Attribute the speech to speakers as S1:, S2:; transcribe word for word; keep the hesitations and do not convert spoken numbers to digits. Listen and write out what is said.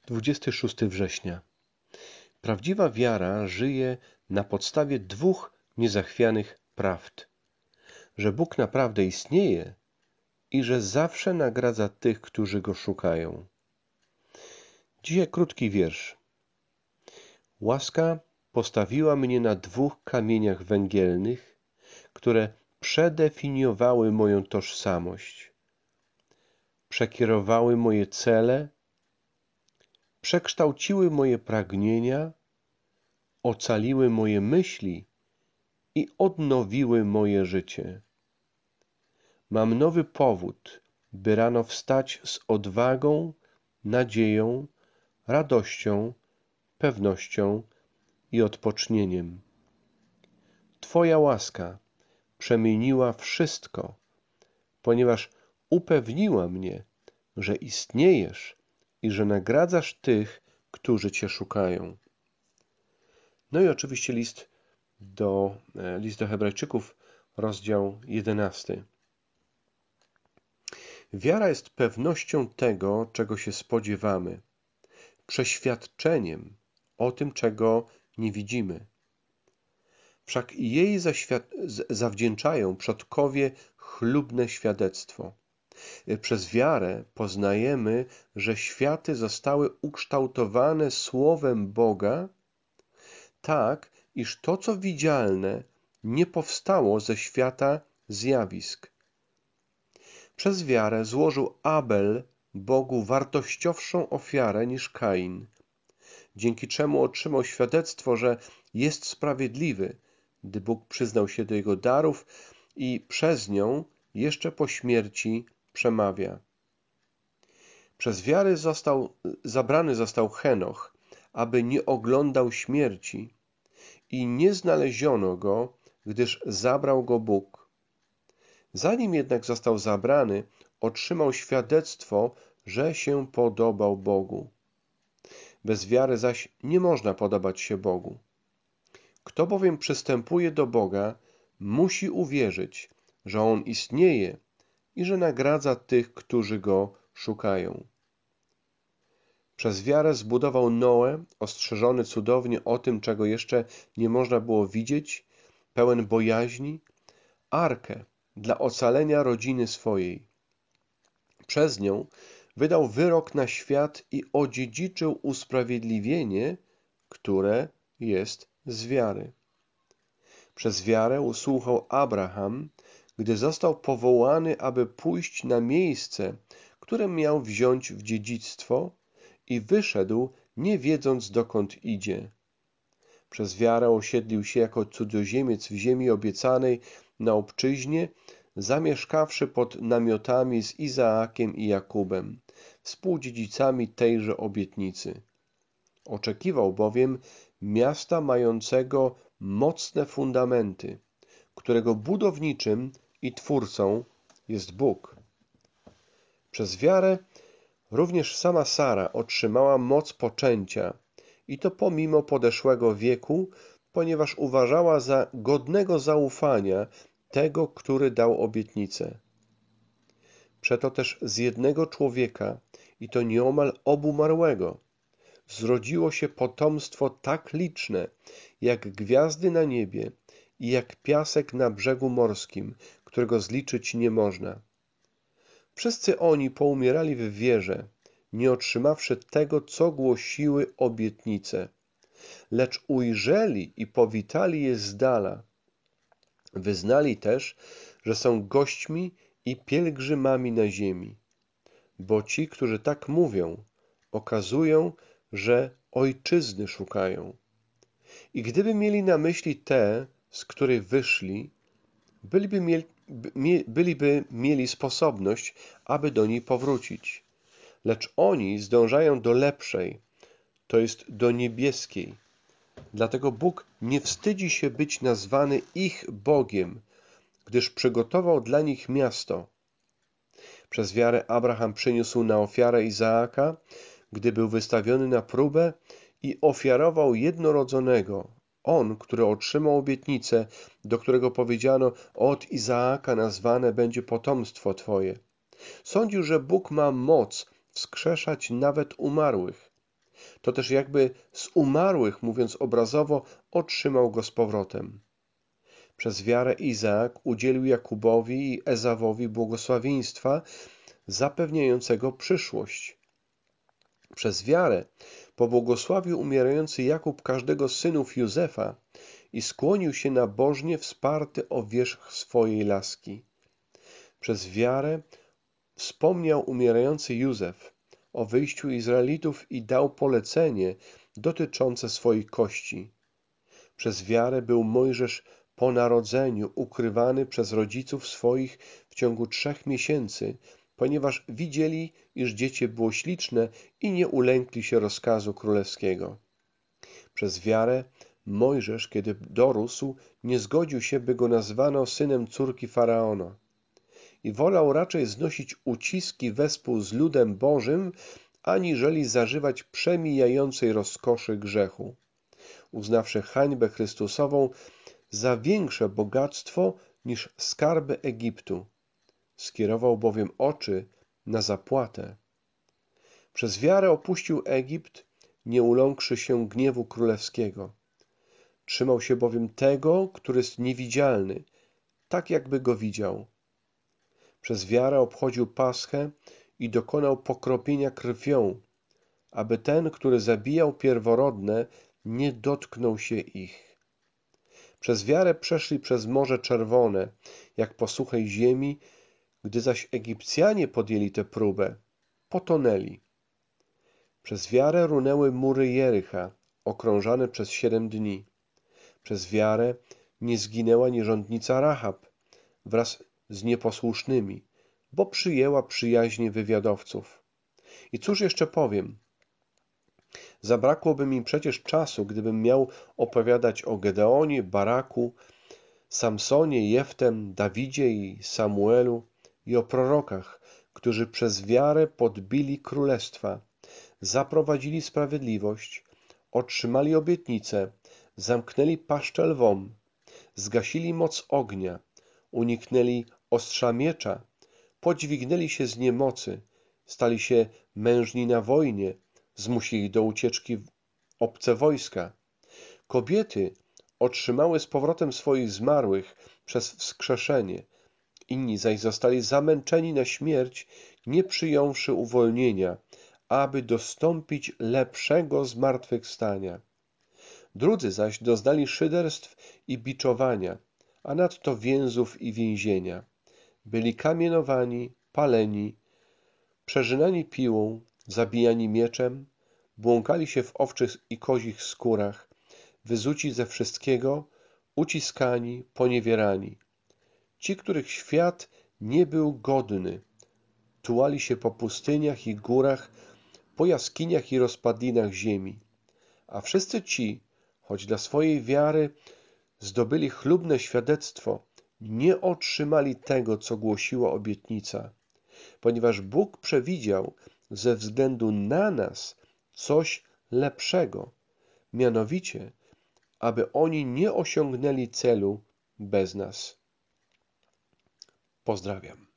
S1: dwudziestego szóstego września. Prawdziwa wiara żyje na podstawie dwóch niezachwianych prawd. Że Bóg naprawdę istnieje i że zawsze nagradza tych, którzy Go szukają. Dzisiaj krótki wiersz. Łaska postawiła mnie na dwóch kamieniach węgielnych, które przedefiniowały moją tożsamość, przekierowały moje cele, przekształciły moje pragnienia, ocaliły moje myśli i odnowiły moje życie. Mam nowy powód, by rano wstać z odwagą, nadzieją, radością, pewnością i odpocznieniem. Twoja łaska przemieniła wszystko, ponieważ upewniła mnie, że istniejesz i że nagradzasz tych, którzy Cię szukają. No i oczywiście list do, list do Hebrajczyków, rozdział jedenasty. Wiara jest pewnością tego, czego się spodziewamy, przeświadczeniem o tym, czego nie widzimy. Wszak jej zawdzięczają przodkowie chlubne świadectwo. Przez wiarę poznajemy, że światy zostały ukształtowane Słowem Boga, tak, iż to, co widzialne, nie powstało ze świata zjawisk. Przez wiarę złożył Abel Bogu wartościowszą ofiarę niż Kain, dzięki czemu otrzymał świadectwo, że jest sprawiedliwy, gdy Bóg przyznał się do jego darów i przez nią jeszcze po śmierci przemawia. Przez wiarę został, zabrany został Henoch, aby nie oglądał śmierci i nie znaleziono go, gdyż zabrał go Bóg. Zanim jednak został zabrany, otrzymał świadectwo, że się podobał Bogu. Bez wiary zaś nie można podobać się Bogu. Kto bowiem przystępuje do Boga, musi uwierzyć, że On istnieje i że nagradza tych, którzy Go szukają. Przez wiarę zbudował Noe, ostrzeżony cudownie o tym, czego jeszcze nie można było widzieć, pełen bojaźni, arkę dla ocalenia rodziny swojej. Przez nią wydał wyrok na świat i odziedziczył usprawiedliwienie, które jest z wiary. Przez wiarę usłuchał Abraham, gdy został powołany, aby pójść na miejsce, które miał wziąć w dziedzictwo, i wyszedł, nie wiedząc, dokąd idzie. Przez wiarę osiedlił się jako cudzoziemiec w ziemi obiecanej na obczyźnie, zamieszkawszy pod namiotami z Izaakiem i Jakubem, współdziedzicami tejże obietnicy. Oczekiwał bowiem miasta mającego mocne fundamenty, którego budowniczym i twórcą jest Bóg. Przez wiarę również sama Sara otrzymała moc poczęcia, i to pomimo podeszłego wieku, ponieważ uważała za godnego zaufania tego, który dał obietnicę. Przeto też z jednego człowieka, i to nieomal obumarłego, zrodziło się potomstwo tak liczne, jak gwiazdy na niebie i jak piasek na brzegu morskim, którego zliczyć nie można. Wszyscy oni poumierali w wierze, nie otrzymawszy tego, co głosiły obietnice, lecz ujrzeli i powitali je z dala. Wyznali też, że są gośćmi i pielgrzymami na ziemi. Bo ci, którzy tak mówią, okazują, że ojczyzny szukają. I gdyby mieli na myśli tę, z której wyszli, byliby mieli, byliby mieli sposobność, aby do niej powrócić. Lecz oni zdążają do lepszej, to jest do niebieskiej. Dlatego Bóg nie wstydzi się być nazwany ich Bogiem, gdyż przygotował dla nich miasto. Przez wiarę Abraham przyniósł na ofiarę Izaaka, gdy był wystawiony na próbę, i ofiarował jednorodzonego, on, który otrzymał obietnicę, do którego powiedziano: od Izaaka nazwane będzie potomstwo Twoje. Sądził, że Bóg ma moc wskrzeszać nawet umarłych, To też jakby z umarłych, mówiąc obrazowo, otrzymał go z powrotem. Przez wiarę Izaak udzielił Jakubowi i Ezawowi błogosławieństwa zapewniającego przyszłość. Przez wiarę pobłogosławił umierający Jakub każdego z synów Józefa i skłonił się nabożnie wsparty o wierzch swojej laski. Przez wiarę wspomniał umierający Józef o wyjściu Izraelitów i dał polecenie dotyczące swoich kości. Przez wiarę był Mojżesz po narodzeniu ukrywany przez rodziców swoich w ciągu trzech miesięcy, ponieważ widzieli, iż dziecię było śliczne i nie ulękli się rozkazu królewskiego. Przez wiarę Mojżesz, kiedy dorósł, nie zgodził się, by go nazwano synem córki Faraona i wolał raczej znosić uciski wespół z ludem Bożym, aniżeli zażywać przemijającej rozkoszy grzechu, uznawszy hańbę Chrystusową za większe bogactwo niż skarby Egiptu. Skierował bowiem oczy na zapłatę. Przez wiarę opuścił Egipt, nie uląkłszy się gniewu królewskiego. Trzymał się bowiem tego, który jest niewidzialny, tak jakby go widział. Przez wiarę obchodził Paschę i dokonał pokropienia krwią, aby ten, który zabijał pierworodne, nie dotknął się ich. Przez wiarę przeszli przez Morze Czerwone, jak po suchej ziemi, gdy zaś Egipcjanie podjęli tę próbę, potonęli. Przez wiarę runęły mury Jericha, okrążane przez siedem dni. Przez wiarę nie zginęła nierządnica Rahab wraz z nieposłusznymi, bo przyjęła przyjaźnie wywiadowców. I cóż jeszcze powiem? Zabrakłoby mi przecież czasu, gdybym miał opowiadać o Gedeonie, Baraku, Samsonie, Jeftem, Dawidzie i Samuelu i o prorokach, którzy przez wiarę podbili królestwa, zaprowadzili sprawiedliwość, otrzymali obietnicę, zamknęli paszczę lwom, zgasili moc ognia, uniknęli ostrza miecza, podźwignęli się z niemocy, stali się mężni na wojnie, zmusili do ucieczki w obce wojska. Kobiety otrzymały z powrotem swoich zmarłych przez wskrzeszenie, inni zaś zostali zamęczeni na śmierć, nie przyjąwszy uwolnienia, aby dostąpić lepszego zmartwychwstania. Drudzy zaś doznali szyderstw i biczowania, a nadto więzów i więzienia. Byli kamienowani, paleni, przerzynani piłą, zabijani mieczem, błąkali się w owczych i kozich skórach, wyzuci ze wszystkiego, uciskani, poniewierani. Ci, których świat nie był godny, tułali się po pustyniach i górach, po jaskiniach i rozpadlinach ziemi. A wszyscy ci, choć dla swojej wiary zdobyli chlubne świadectwo, nie otrzymali tego, co głosiła obietnica, ponieważ Bóg przewidział ze względu na nas coś lepszego, mianowicie, aby oni nie osiągnęli celu bez nas. Pozdrawiam.